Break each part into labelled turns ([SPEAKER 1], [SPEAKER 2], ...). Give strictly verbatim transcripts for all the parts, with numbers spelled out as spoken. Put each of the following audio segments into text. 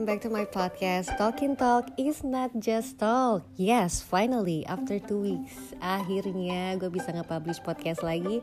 [SPEAKER 1] welcome back to my podcast. Talking Talk is not just talk. Yes, finally after two weeks akhirnya gue bisa nge-publish podcast lagi.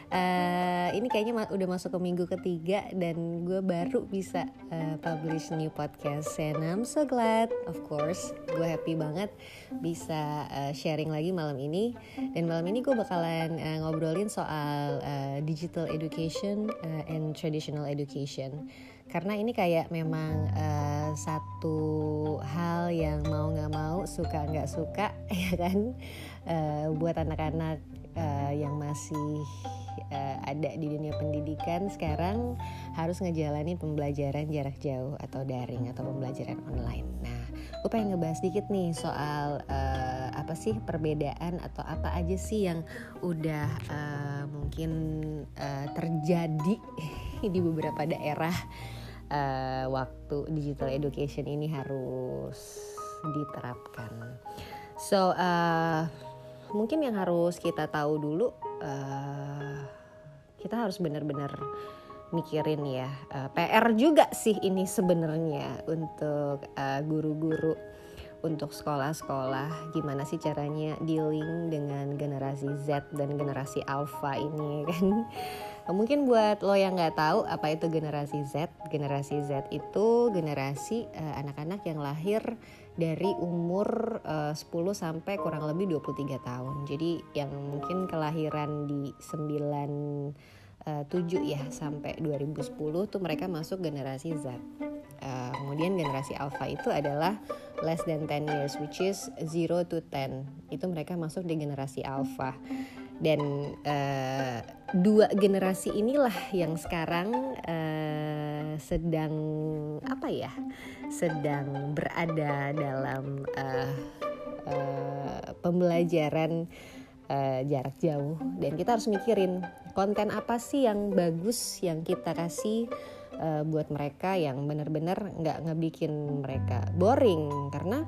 [SPEAKER 1] uh, Ini kayaknya ma- udah masuk ke minggu ketiga dan gue baru bisa uh, publish new podcast. And I'm so glad, of course. Gue happy banget bisa uh, sharing lagi malam ini. Dan malam ini gue bakalan uh, ngobrolin soal uh, digital education uh, and traditional education. Karena ini kayak memang uh, satu hal yang mau gak mau, suka gak suka, ya kan, uh, buat anak-anak uh, yang masih uh, ada di dunia pendidikan sekarang harus ngejalanin pembelajaran jarak jauh atau daring atau pembelajaran online. Nah, gue pengen ngebahas dikit nih soal uh, apa sih perbedaan atau apa aja sih yang udah uh, mungkin uh, terjadi di beberapa daerah Uh, waktu digital education ini harus diterapkan. So uh, mungkin yang harus kita tahu dulu, uh, kita harus benar-benar mikirin ya, uh, P R juga sih ini sebenarnya untuk uh, guru-guru, untuk sekolah-sekolah, gimana sih caranya dealing dengan generasi Z dan generasi Alpha ini kan. Mungkin buat lo yang gak tahu apa itu generasi Z, generasi Z itu generasi uh, anak-anak yang lahir dari umur uh, sepuluh sampai kurang lebih dua puluh tiga tahun. Jadi yang mungkin kelahiran di sembilan tujuh ya sampai dua ribu sepuluh tuh mereka masuk generasi Z. Uh, kemudian generasi Alpha itu adalah less than ten years, which is zero to ten. Itu mereka masuk di generasi Alpha. Dan uh, dua generasi inilah yang sekarang uh, sedang apa ya, sedang berada dalam uh, uh, pembelajaran uh, jarak jauh. Dan kita harus mikirin konten apa sih yang bagus yang kita kasih uh, buat mereka yang benar-benar nggak ngebikin mereka boring. Karena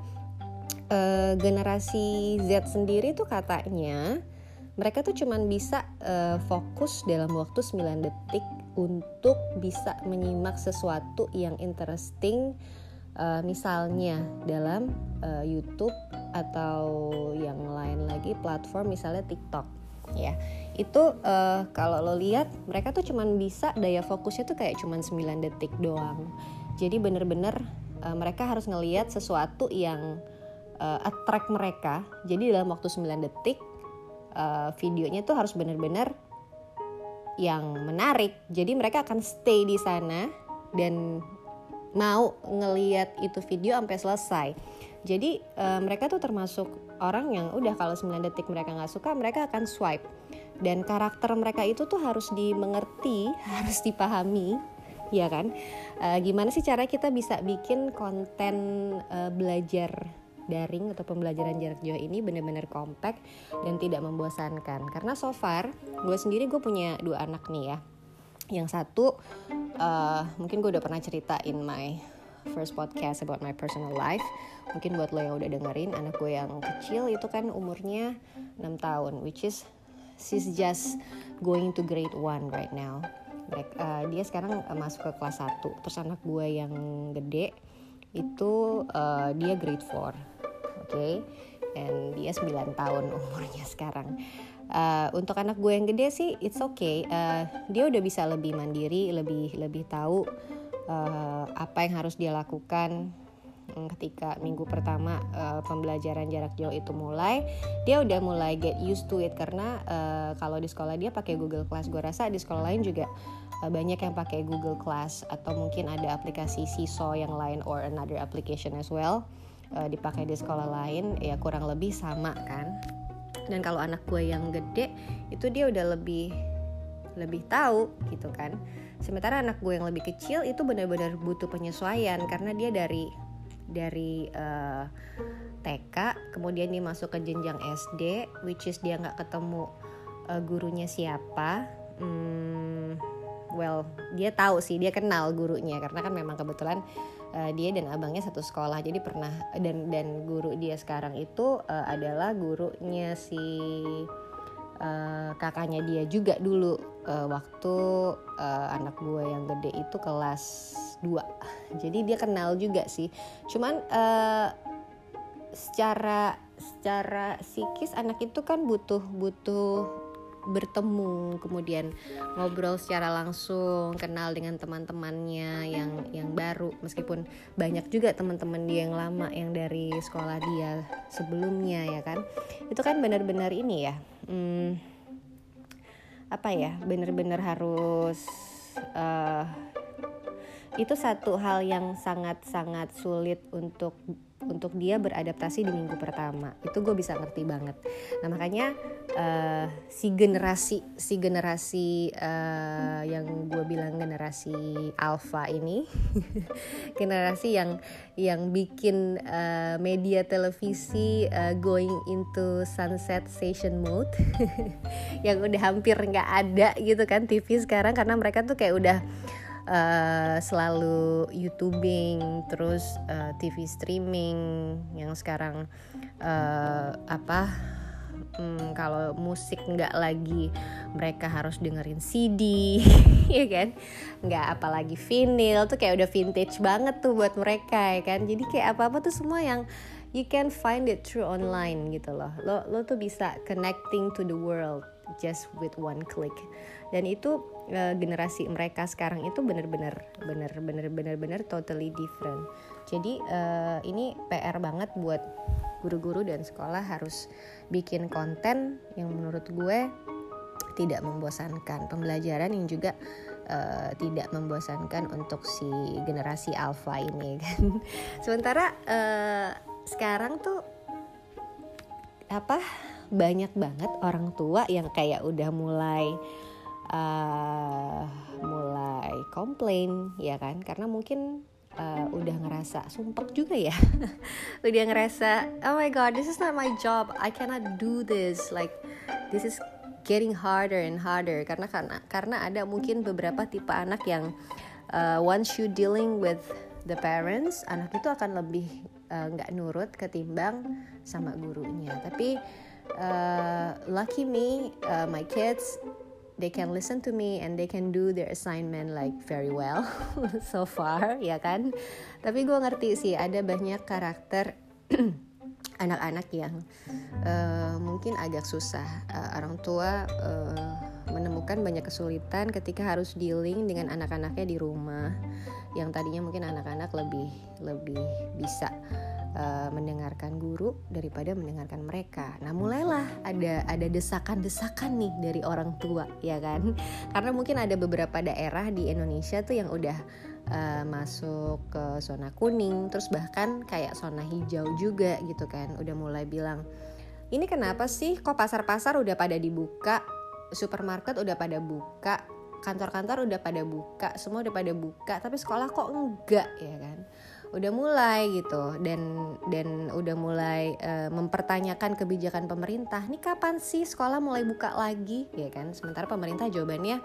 [SPEAKER 1] uh, generasi Z sendiri tuh katanya mereka tuh cuman bisa uh, fokus dalam waktu sembilan detik untuk bisa menyimak sesuatu yang interesting, uh, misalnya dalam uh, YouTube atau yang lain lagi platform misalnya TikTok ya. Itu uh, kalau lo lihat mereka tuh cuman bisa daya fokusnya tuh kayak cuman sembilan detik doang. Jadi bener-bener uh, mereka harus ngelihat sesuatu yang uh, attract mereka. Jadi dalam waktu sembilan detik Uh, videonya tuh harus benar-benar yang menarik. Jadi mereka akan stay di sana dan mau ngelihat itu video sampai selesai. Jadi uh, mereka tuh termasuk orang yang udah kalau sembilan detik mereka nggak suka, mereka akan swipe. Dan karakter mereka itu tuh harus dimengerti, harus dipahami, ya kan? Uh, gimana sih cara kita bisa bikin konten uh, belajar daring atau pembelajaran jarak jauh ini benar-benar compact dan tidak membosankan. Karena so far gue sendiri, gue punya dua anak nih ya. Yang satu uh, mungkin gue udah pernah cerita in my first podcast about my personal life. Mungkin buat lo yang udah dengerin, anak gue yang kecil itu kan umurnya enam tahun, which is she's just going to grade one right now. Uh, dia sekarang uh, masuk ke kelas satu. Terus anak gue yang gede itu uh, dia grade four. Oke, okay? And dia sembilan tahun umurnya sekarang. Uh, untuk anak gue yang gede sih it's okay. Uh, dia udah bisa lebih mandiri, lebih lebih tahu uh, apa yang harus dia lakukan ketika minggu pertama uh, pembelajaran jarak jauh itu mulai. Dia udah mulai get used to it karena uh, kalau di sekolah dia pakai Google Class. Gue rasa di sekolah lain juga uh, banyak yang pakai Google Class atau mungkin ada aplikasi Seesaw yang lain or another application as well. Uh, dipakai di sekolah lain, ya kurang lebih sama kan. Dan kalau anak gue yang gede itu dia udah lebih lebih tahu gitu kan. Sementara anak gue yang lebih kecil itu benar-benar butuh penyesuaian karena dia dari dari uh, T K kemudian dia masuk ke jenjang S D, which is dia nggak ketemu uh, gurunya siapa. Hmm, well dia tahu sih, dia kenal gurunya karena kan memang kebetulan Uh, dia dan abangnya satu sekolah, jadi pernah dan dan guru dia sekarang itu uh, adalah gurunya si uh, kakaknya dia juga dulu uh, waktu uh, anak gue yang gede itu kelas dua. Jadi dia kenal juga sih. Cuman uh, secara secara psikis anak itu kan butuh butuh bertemu, kemudian ngobrol secara langsung, kenal dengan teman-temannya yang yang baru, meskipun banyak juga teman-teman dia yang lama yang dari sekolah dia sebelumnya ya kan. Itu kan benar-benar ini ya, hmm, apa ya, benar-benar harus uh, itu satu hal yang sangat-sangat sulit untuk untuk dia beradaptasi di minggu pertama. Itu gue bisa ngerti banget. Nah makanya uh, si generasi si generasi uh, yang gue bilang generasi alpha ini generasi yang yang bikin uh, media televisi uh, going into sunset station mode yang udah hampir nggak ada gitu kan T V sekarang, karena mereka tuh kayak udah Uh, selalu YouTubing, terus uh, T V streaming yang sekarang uh, apa um, kalau musik nggak lagi mereka harus dengerin C D ya kan, nggak apalagi vinyl tuh kayak udah vintage banget tuh buat mereka ya kan. Jadi kayak apa-apa tuh semua yang you can find it through online gitu loh. Lo lo tuh bisa connecting to the world just with one click. Dan itu uh, generasi mereka sekarang itu benar-benar benar-benar benar-benar totally different. Jadi uh, ini P R banget buat guru-guru dan sekolah, harus bikin konten yang menurut gue tidak membosankan, pembelajaran yang juga uh, tidak membosankan untuk si generasi alpha ini kan. Sementara uh, sekarang tuh apa banyak banget orang tua yang kayak udah mulai Uh, mulai komplain ya kan, karena mungkin uh, udah ngerasa sumpek juga ya udah ngerasa oh my god, this is not my job, I cannot do this, like this is getting harder and harder. Karena karena karena ada mungkin beberapa tipe anak yang uh, once you dealing with the parents, anak itu akan lebih nggak uh, nurut ketimbang sama gurunya. Tapi uh, lucky me, uh, my kids, they can listen to me and they can do their assignment like very well so far ya kan. Tapi gue ngerti sih ada banyak karakter anak-anak yang uh, mungkin agak susah. Uh, orang tua uh, menemukan banyak kesulitan ketika harus dealing dengan anak-anaknya di rumah, yang tadinya mungkin anak-anak lebih lebih bisa Uh, mendengarkan guru daripada mendengarkan mereka. Nah mulailah ada ada desakan-desakan nih dari orang tua ya kan, karena mungkin ada beberapa daerah di Indonesia tuh yang udah uh, masuk ke zona kuning, terus bahkan kayak zona hijau juga gitu kan, udah mulai bilang ini kenapa sih kok pasar-pasar udah pada dibuka, supermarket udah pada buka, kantor-kantor udah pada buka, semua udah pada buka, tapi sekolah kok enggak ya kan. Udah mulai gitu, dan dan udah mulai uh, mempertanyakan kebijakan pemerintah. Nih kapan sih sekolah mulai buka lagi ya kan? Sementara pemerintah jawabannya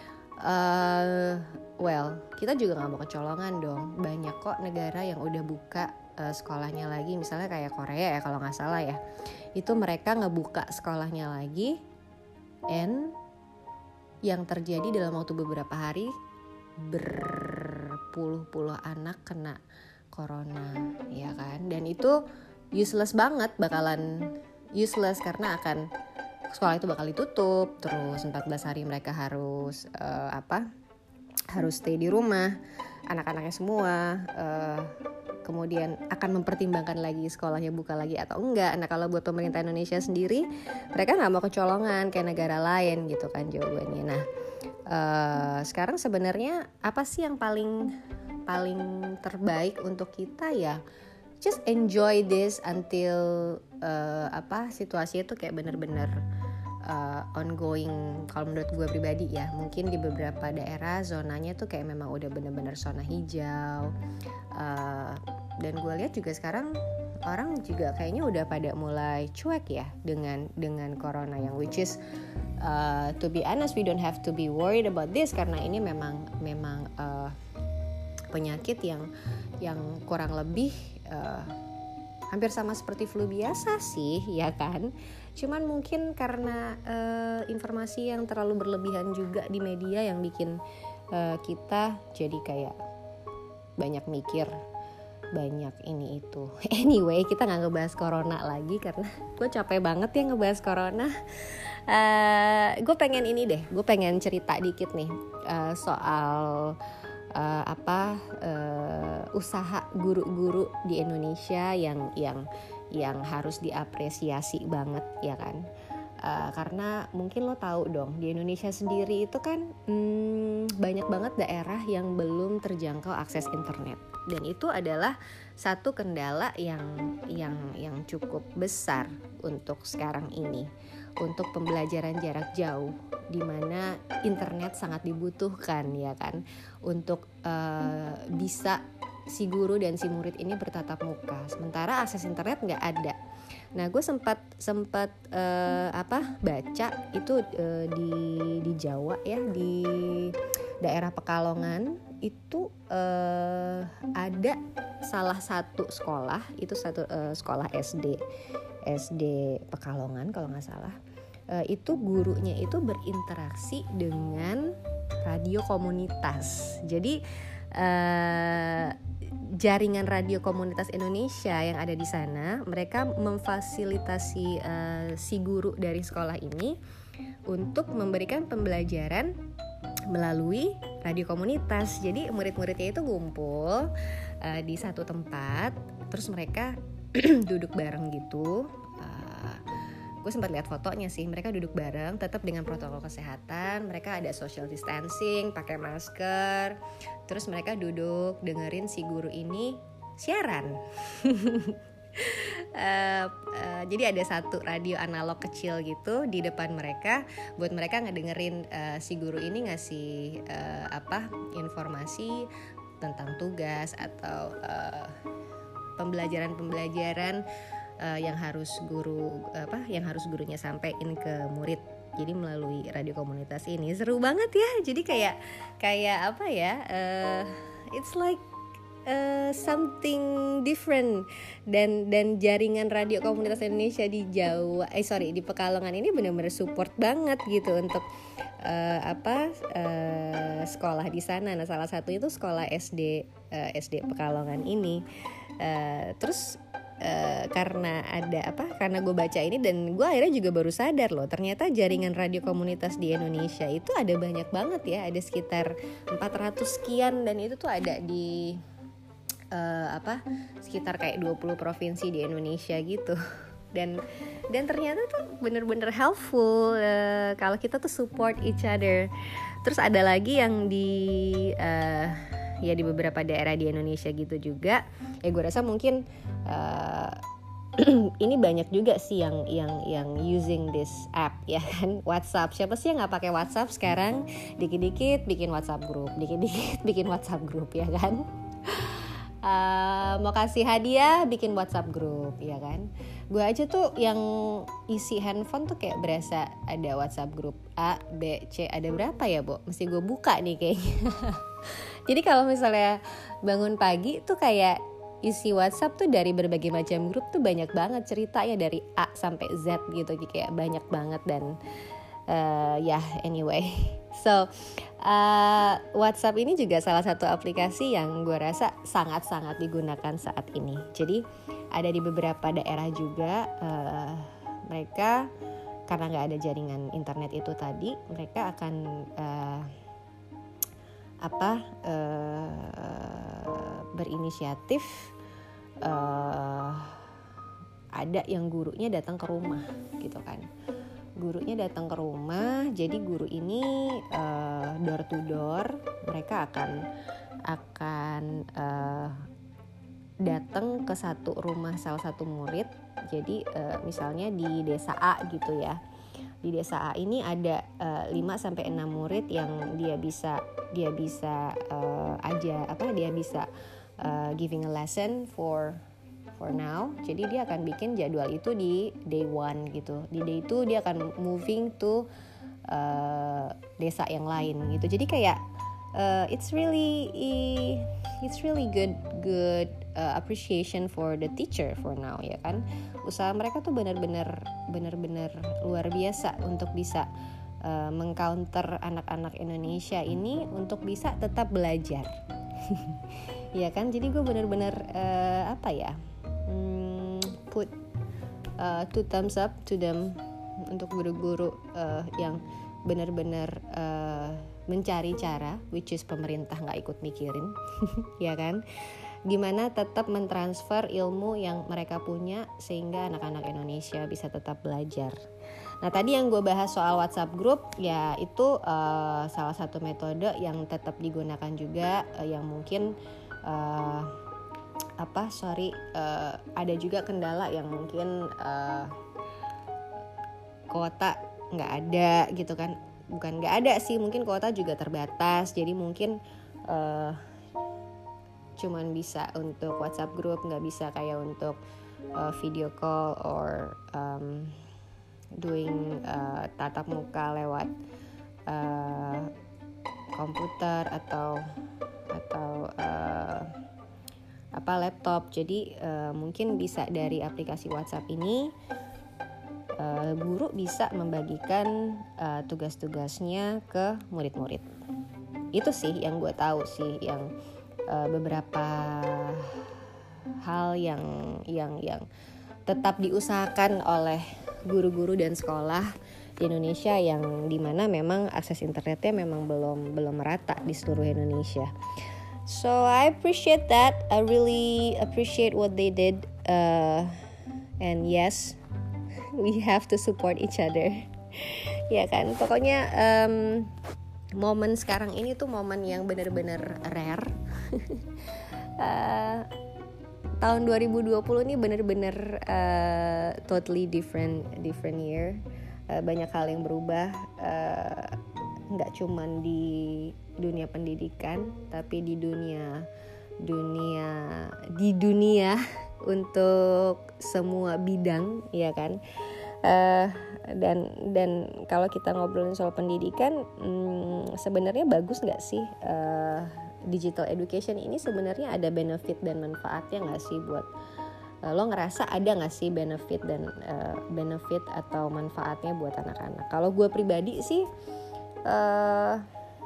[SPEAKER 1] uh, well, kita juga nggak mau kecolongan dong. Banyak kok negara yang udah buka uh, sekolahnya lagi, misalnya kayak Korea ya kalau nggak salah ya. Itu mereka ngebuka sekolahnya lagi, and yang terjadi dalam waktu beberapa hari berpuluh-puluh anak kena corona ya kan. Dan itu useless banget, bakalan useless karena akan sekolah itu bakal ditutup, terus empat belas hari mereka harus uh, apa harus stay di rumah, anak-anaknya semua, uh, kemudian akan mempertimbangkan lagi sekolahnya buka lagi atau enggak. Nah kalau buat pemerintah Indonesia sendiri, mereka nggak mau kecolongan kayak negara lain gitu kan jawabannya. Nah uh, sekarang sebenarnya apa sih yang paling paling terbaik untuk kita ya? Just enjoy this until uh, apa situasinya tuh kayak bener-bener uh, ongoing. Kalau menurut gue pribadi ya, mungkin di beberapa daerah zonanya tuh kayak memang udah bener-bener zona hijau. Uh, dan gue lihat juga sekarang orang juga kayaknya udah pada mulai cuek ya dengan dengan corona, yang which is uh, to be honest we don't have to be worried about this, karena ini memang memang uh, penyakit yang yang kurang lebih uh, hampir sama seperti flu biasa sih, ya kan? Cuman mungkin karena uh, informasi yang terlalu berlebihan juga di media yang bikin uh, kita jadi kayak banyak mikir, banyak ini itu. Anyway, kita nggak ngebahas corona lagi karena gue capek banget ya ngebahas corona. Uh, gue pengen ini deh, gue pengen cerita dikit nih uh, soal uh, apa uh, usaha guru-guru di Indonesia yang yang yang harus diapresiasi banget, ya kan? Uh, karena mungkin lo tahu dong, di Indonesia sendiri itu kan hmm, banyak banget daerah yang belum terjangkau akses internet, dan itu adalah satu kendala yang yang yang cukup besar untuk sekarang ini, untuk pembelajaran jarak jauh, di mana internet sangat dibutuhkan, ya kan, untuk uh, bisa si guru dan si murid ini bertatap muka, sementara akses internet nggak ada. Nah, gue sempat sempat uh, apa baca itu uh, di di Jawa ya, di daerah Pekalongan itu uh, ada salah satu sekolah, itu satu uh, sekolah S D S D Pekalongan kalau nggak salah. Uh, itu gurunya itu berinteraksi dengan radio komunitas. Jadi uh, jaringan radio komunitas Indonesia yang ada di sana, mereka memfasilitasi uh, si guru dari sekolah ini untuk memberikan pembelajaran melalui radio komunitas. Jadi murid-muridnya itu ngumpul uh, di satu tempat, terus mereka duduk bareng gitu. Uh, gue sempat lihat fotonya sih, mereka duduk bareng, tetap dengan protokol kesehatan. Mereka ada social distancing, pakai masker. Terus mereka duduk dengerin si guru ini siaran. uh, uh, jadi ada satu radio analog kecil gitu di depan mereka, buat mereka ngedengerin uh, si guru ini ngasih uh, apa informasi tentang tugas atau uh, pembelajaran-pembelajaran uh, yang harus guru apa yang harus gurunya sampaikan ke murid. Jadi melalui radio komunitas ini seru banget ya. Jadi kayak kayak apa ya? Uh, it's like uh, something different, dan dan jaringan radio komunitas Indonesia di Jawa, eh sorry di Pekalongan ini benar-benar support banget gitu untuk uh, apa uh, sekolah di sana. Nah, salah satu itu sekolah S D uh, S D Pekalongan ini. Uh, terus Uh, karena ada apa karena gue baca ini dan gue akhirnya juga baru sadar loh, ternyata jaringan radio komunitas di Indonesia itu ada banyak banget ya, ada sekitar empat ratus sekian, dan itu tuh ada di uh, apa sekitar kayak dua puluh provinsi di Indonesia gitu. dan dan ternyata tuh bener-bener helpful uh, kalau kita tuh support each other. Terus ada lagi yang di uh, ya di beberapa daerah di Indonesia gitu juga. Ya gue rasa mungkin uh, ini banyak juga sih yang yang yang using this app, ya kan, WhatsApp. Siapa sih yang nggak pakai WhatsApp sekarang? Dikit-dikit bikin WhatsApp group, dikit-dikit bikin WhatsApp group, ya kan? Uh, mau kasih hadiah bikin WhatsApp group, ya kan? Gue aja tuh yang isi handphone tuh kayak berasa ada WhatsApp group A, B, C, ada berapa ya, Bo? Mesti gue buka nih kayaknya. Jadi kalau misalnya bangun pagi tuh kayak isi WhatsApp tuh dari berbagai macam grup tuh banyak banget ceritanya, dari A sampai Z gitu, kayak banyak banget. Dan uh, ya yeah, anyway, so uh, WhatsApp ini juga salah satu aplikasi yang gue rasa sangat-sangat digunakan saat ini. Jadi ada di beberapa daerah juga uh, mereka karena nggak ada jaringan internet itu tadi, mereka akan uh, apa uh, berinisiatif uh, ada yang gurunya datang ke rumah gitu kan. Gurunya datang ke rumah, jadi guru ini uh, door to door, mereka akan akan uh, datang ke satu rumah salah satu murid. Jadi uh, misalnya di desa A gitu ya. Di desa A ini ada uh, lima sampai enam murid yang dia bisa dia bisa uh, aja apa dia bisa uh, giving a lesson for for now. Jadi dia akan bikin jadwal itu di day one gitu. Di day two dia akan moving to uh, desa yang lain gitu. Jadi kayak uh, it's really it's really good good uh, appreciation for the teacher for now, ya kan. Usaha mereka tuh benar-benar benar-benar luar biasa untuk bisa uh, mengcounter anak-anak Indonesia ini untuk bisa tetap belajar. Ya kan, jadi gue benar-benar uh, apa ya hmm, put uh, two thumbs up to them untuk guru-guru uh, yang benar-benar uh, mencari cara, which is pemerintah nggak ikut mikirin, ya kan, gimana tetap mentransfer ilmu yang mereka punya sehingga anak-anak Indonesia bisa tetap belajar. Nah, tadi yang gue bahas soal WhatsApp group, ya itu uh, salah satu metode yang tetap digunakan juga, uh, yang mungkin uh, apa sorry uh, ada juga kendala yang mungkin uh, kuota nggak ada gitu kan, bukan nggak ada sih, mungkin kuota juga terbatas, jadi mungkin uh, cuman bisa untuk WhatsApp group, nggak bisa kayak untuk uh, video call or um, doing uh, tatap muka lewat uh, komputer atau atau uh, apa laptop. Jadi uh, mungkin bisa dari aplikasi WhatsApp ini uh, guru bisa membagikan uh, tugas-tugasnya ke murid-murid. Itu sih yang gue tahu sih, yang uh, beberapa hal yang yang yang tetap diusahakan oleh guru-guru dan sekolah di Indonesia, yang dimana memang akses internetnya memang belum belum merata di seluruh Indonesia. So I appreciate that. I really appreciate what they did. Uh, and yes, we have to support each other. Ya kan, pokoknya um, momen sekarang ini tuh momen yang benar-benar rare. uh, Tahun dua ribu dua puluh ini benar-benar uh, totally different different year. Uh, banyak hal yang berubah, uh, nggak cuman di dunia pendidikan, tapi di dunia dunia di dunia untuk semua bidang, ya kan. Uh, dan dan kalau kita ngobrolin soal pendidikan, hmm, sebenarnya bagus nggak sih? Uh, digital education ini sebenarnya ada benefit dan manfaatnya nggak sih buat uh, lo ngerasa ada nggak sih benefit dan uh, benefit atau manfaatnya buat anak-anak? Kalau gue pribadi sih, uh,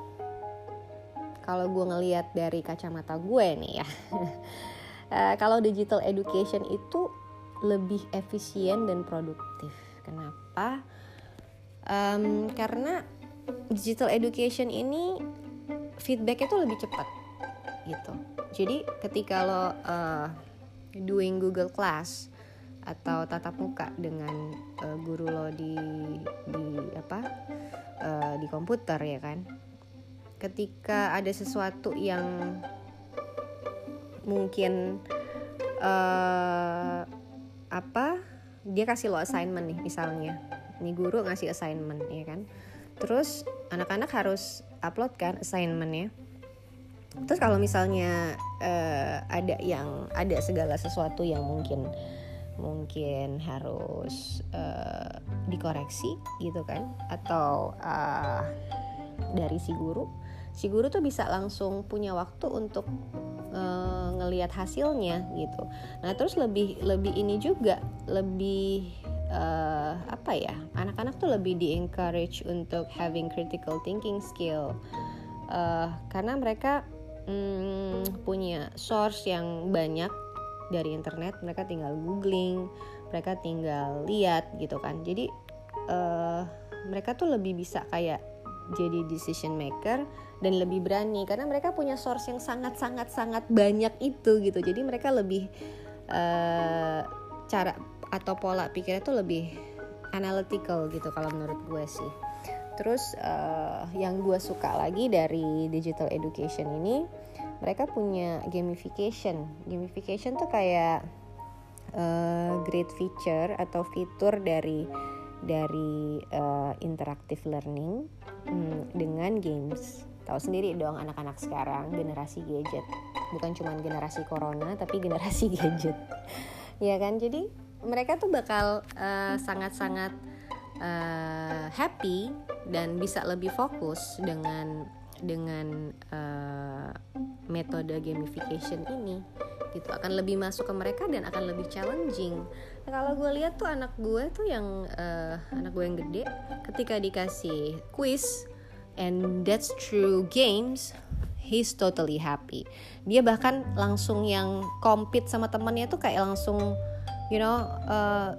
[SPEAKER 1] kalau gue ngelihat dari kacamata gue nih ya, uh, kalau digital education itu lebih efisien dan produktif. Kenapa? Um, karena digital education ini feedbacknya tuh lebih cepat gitu. Jadi ketika lo uh, doing Google Class atau tatap muka dengan uh, guru lo di di apa uh, di komputer, ya kan, ketika ada sesuatu yang mungkin uh, apa dia kasih lo assignment nih, misalnya nih guru ngasih assignment, ya kan, terus anak-anak harus upload kan assignmentnya. Terus kalau misalnya uh, ada yang ada segala sesuatu yang mungkin mungkin harus uh, dikoreksi gitu kan, atau uh, dari si guru si guru tuh bisa langsung punya waktu untuk uh, ngelihat hasilnya gitu. Nah, terus lebih lebih ini juga lebih Uh, apa ya, anak-anak tuh lebih di encourage untuk having critical thinking skill, uh, karena mereka um, punya source yang banyak dari internet, mereka tinggal googling, mereka tinggal lihat gitu kan. Jadi uh, mereka tuh lebih bisa kayak jadi decision maker dan lebih berani karena mereka punya source yang sangat-sangat-sangat banyak itu gitu. Jadi mereka lebih uh, cara atau pola pikirnya tuh lebih analytical gitu kalau menurut gue sih. Terus uh, yang gue suka lagi dari digital education ini, mereka punya gamification. Gamification tuh kayak uh, great feature atau fitur dari dari uh, interactive learning hmm, dengan games. Tahu sendiri dong anak-anak sekarang generasi gadget, bukan cuma generasi corona tapi generasi gadget. Ya kan, jadi mereka tuh bakal uh, sangat-sangat uh, happy dan bisa lebih fokus dengan dengan uh, metode gamification ini gitu, akan lebih masuk ke mereka dan akan lebih challenging. Nah, kalau gue lihat tuh anak gue tuh yang uh, anak gue yang gede, ketika dikasih quiz and that's through games, he's totally happy. Dia bahkan langsung yang compete sama temannya tuh kayak langsung, you know, uh,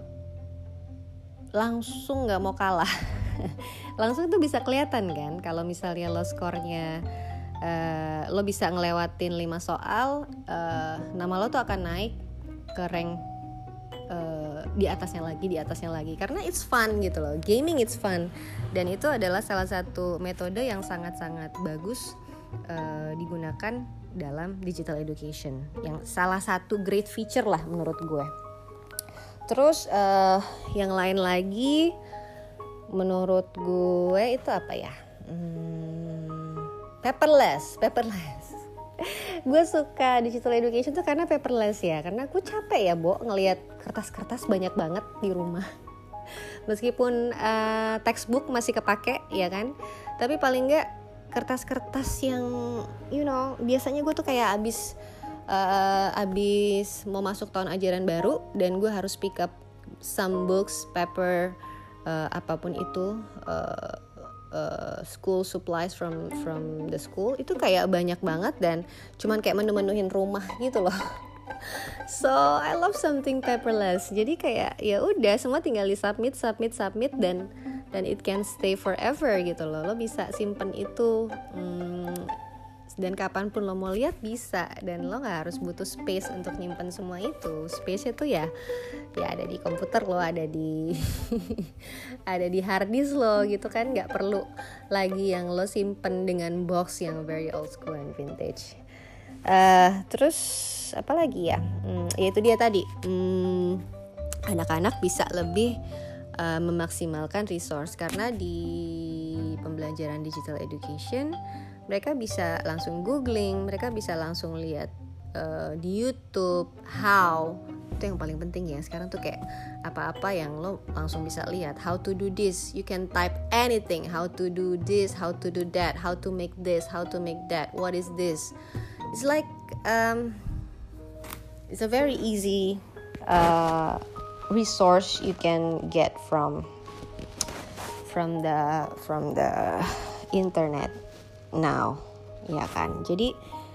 [SPEAKER 1] langsung nggak mau kalah. Langsung tuh bisa kelihatan kan, kalau misalnya lo skornya uh, lo bisa ngelewatin lima soal, uh, nama lo tuh akan naik ke rank uh, di atasnya lagi, di atasnya lagi, karena it's fun gitu loh. Gaming it's fun, dan itu adalah salah satu metode yang sangat-sangat bagus uh, digunakan dalam digital education, yang salah satu great feature lah menurut gue. Terus uh, yang lain lagi menurut gue itu apa ya? Hmm, paperless, paperless. Gue suka digital education tuh karena paperless ya, karena gue capek ya, Bo, ngelihat kertas-kertas banyak banget di rumah. Meskipun uh, textbook masih kepake ya kan, tapi paling enggak kertas-kertas yang you know, biasanya gue tuh kayak abis uh, abis mau masuk tahun ajaran baru dan gue harus pick up some books, paper, uh, apapun itu, uh, uh, school supplies from from the school, itu kayak banyak banget dan cuman kayak menu-menuhin rumah gitu loh. So I love something paperless. Jadi kayak ya udah semua tinggal di submit, submit, submit dan dan it can stay forever gitu loh. Lo bisa simpen itu hmm, dan kapanpun lo mau lihat bisa, dan lo nggak harus butuh space untuk nyimpen semua itu. Space itu ya ya ada di komputer lo, ada di ada di hard disk lo gitu kan, nggak perlu lagi yang lo simpen dengan box yang very old school and vintage. Uh, terus apa lagi ya? Hmm, ya itu dia tadi. Hmm, anak-anak bisa lebih uh, memaksimalkan resource, karena di pembelajaran digital education mereka bisa langsung googling, mereka bisa langsung lihat uh, di YouTube how. Itu yang paling penting ya sekarang tuh, kayak apa-apa yang lo langsung bisa lihat, how to do this, you can type anything, how to do this, how to do that, how to make this, how to make that, what is this. It's like um, it's a very easy uh, resource you can get from from the from the internet now, ya kan. Jadi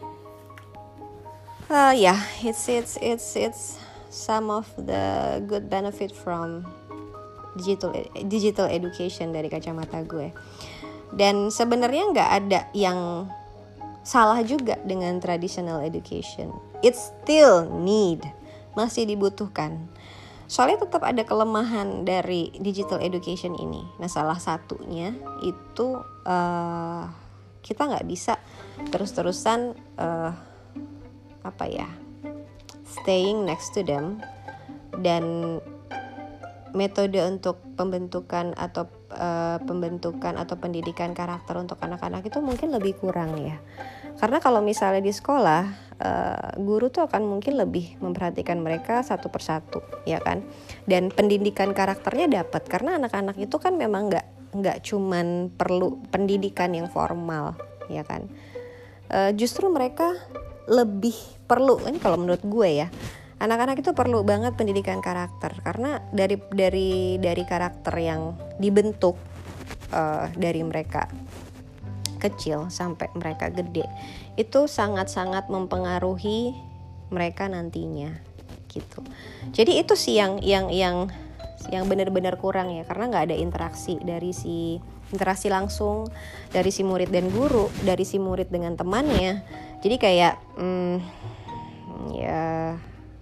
[SPEAKER 1] uh, yeah, it's it's it's it's some of the good benefit from digital digital education dari kacamata gue. Dan sebenarnya nggak ada yang salah juga dengan traditional education. It still need, masih dibutuhkan. Soalnya tetap ada kelemahan dari digital education ini. Nah, salah satunya itu uh, kita nggak bisa terus-terusan uh, apa ya, staying next to them, dan metode untuk pembentukan atau uh, pembentukan atau pendidikan karakter untuk anak-anak itu mungkin lebih kurang ya. Karena kalau misalnya di sekolah, uh, guru tuh akan mungkin lebih memperhatikan mereka satu persatu, ya kan. Dan pendidikan karakternya dapat, karena anak-anak itu kan memang nggak nggak cuman perlu pendidikan yang formal, ya kan. Uh, justru mereka lebih perlu, ini kalau menurut gue ya, anak-anak itu perlu banget pendidikan karakter, karena dari dari dari karakter yang dibentuk uh, dari mereka kecil sampai mereka gede itu sangat-sangat mempengaruhi mereka nantinya gitu. Jadi itu sih yang yang yang yang benar-benar kurang ya, karena nggak ada interaksi dari si interaksi langsung dari si murid dan guru, dari si murid dengan temannya. Jadi kayak hmm, ya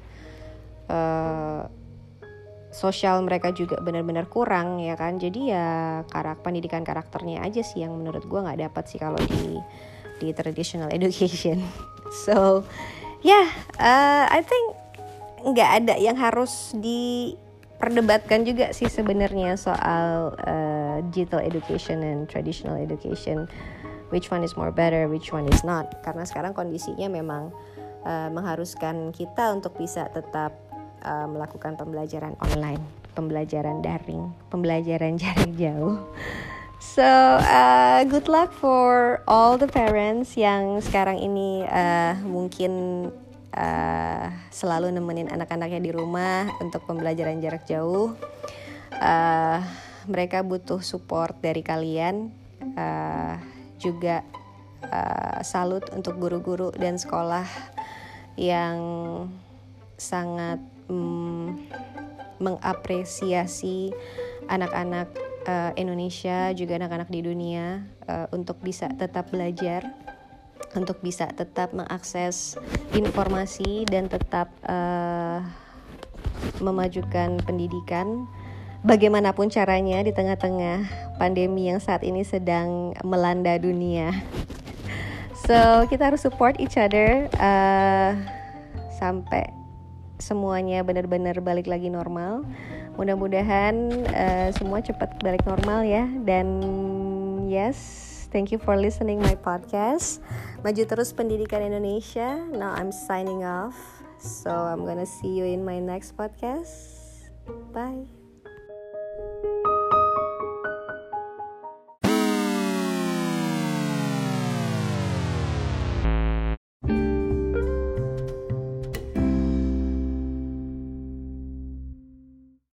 [SPEAKER 1] uh, sosial mereka juga benar-benar kurang ya kan. Jadi ya karakter pendidikan karakternya aja sih yang menurut gue nggak dapat sih kalau di di traditional education. So yeah, uh, I think nggak ada yang harus diperdebatkan juga sih sebenarnya soal uh, digital education and traditional education, which one is more better, which one is not. Karena sekarang kondisinya memang uh, mengharuskan kita untuk bisa tetap Uh, melakukan pembelajaran online, pembelajaran daring, pembelajaran jarak jauh. So uh, good luck for all the parents yang sekarang ini uh, mungkin uh, selalu nemenin anak-anaknya di rumah untuk pembelajaran jarak jauh. Uh, mereka butuh support dari kalian. Uh, juga uh, salut untuk guru-guru dan sekolah yang sangat um, mengapresiasi anak-anak uh, Indonesia, juga anak-anak di dunia uh, untuk bisa tetap belajar, untuk bisa tetap mengakses informasi dan tetap uh, memajukan pendidikan bagaimanapun caranya di tengah-tengah pandemi yang saat ini sedang melanda dunia. So kita harus support each other uh, sampai semuanya benar-benar balik lagi normal. Mudah-mudahan uh, semua cepat balik normal ya. Dan yes, thank you for listening my podcast. Maju terus pendidikan Indonesia. Now I'm signing off. So I'm gonna see you in my next podcast. Bye.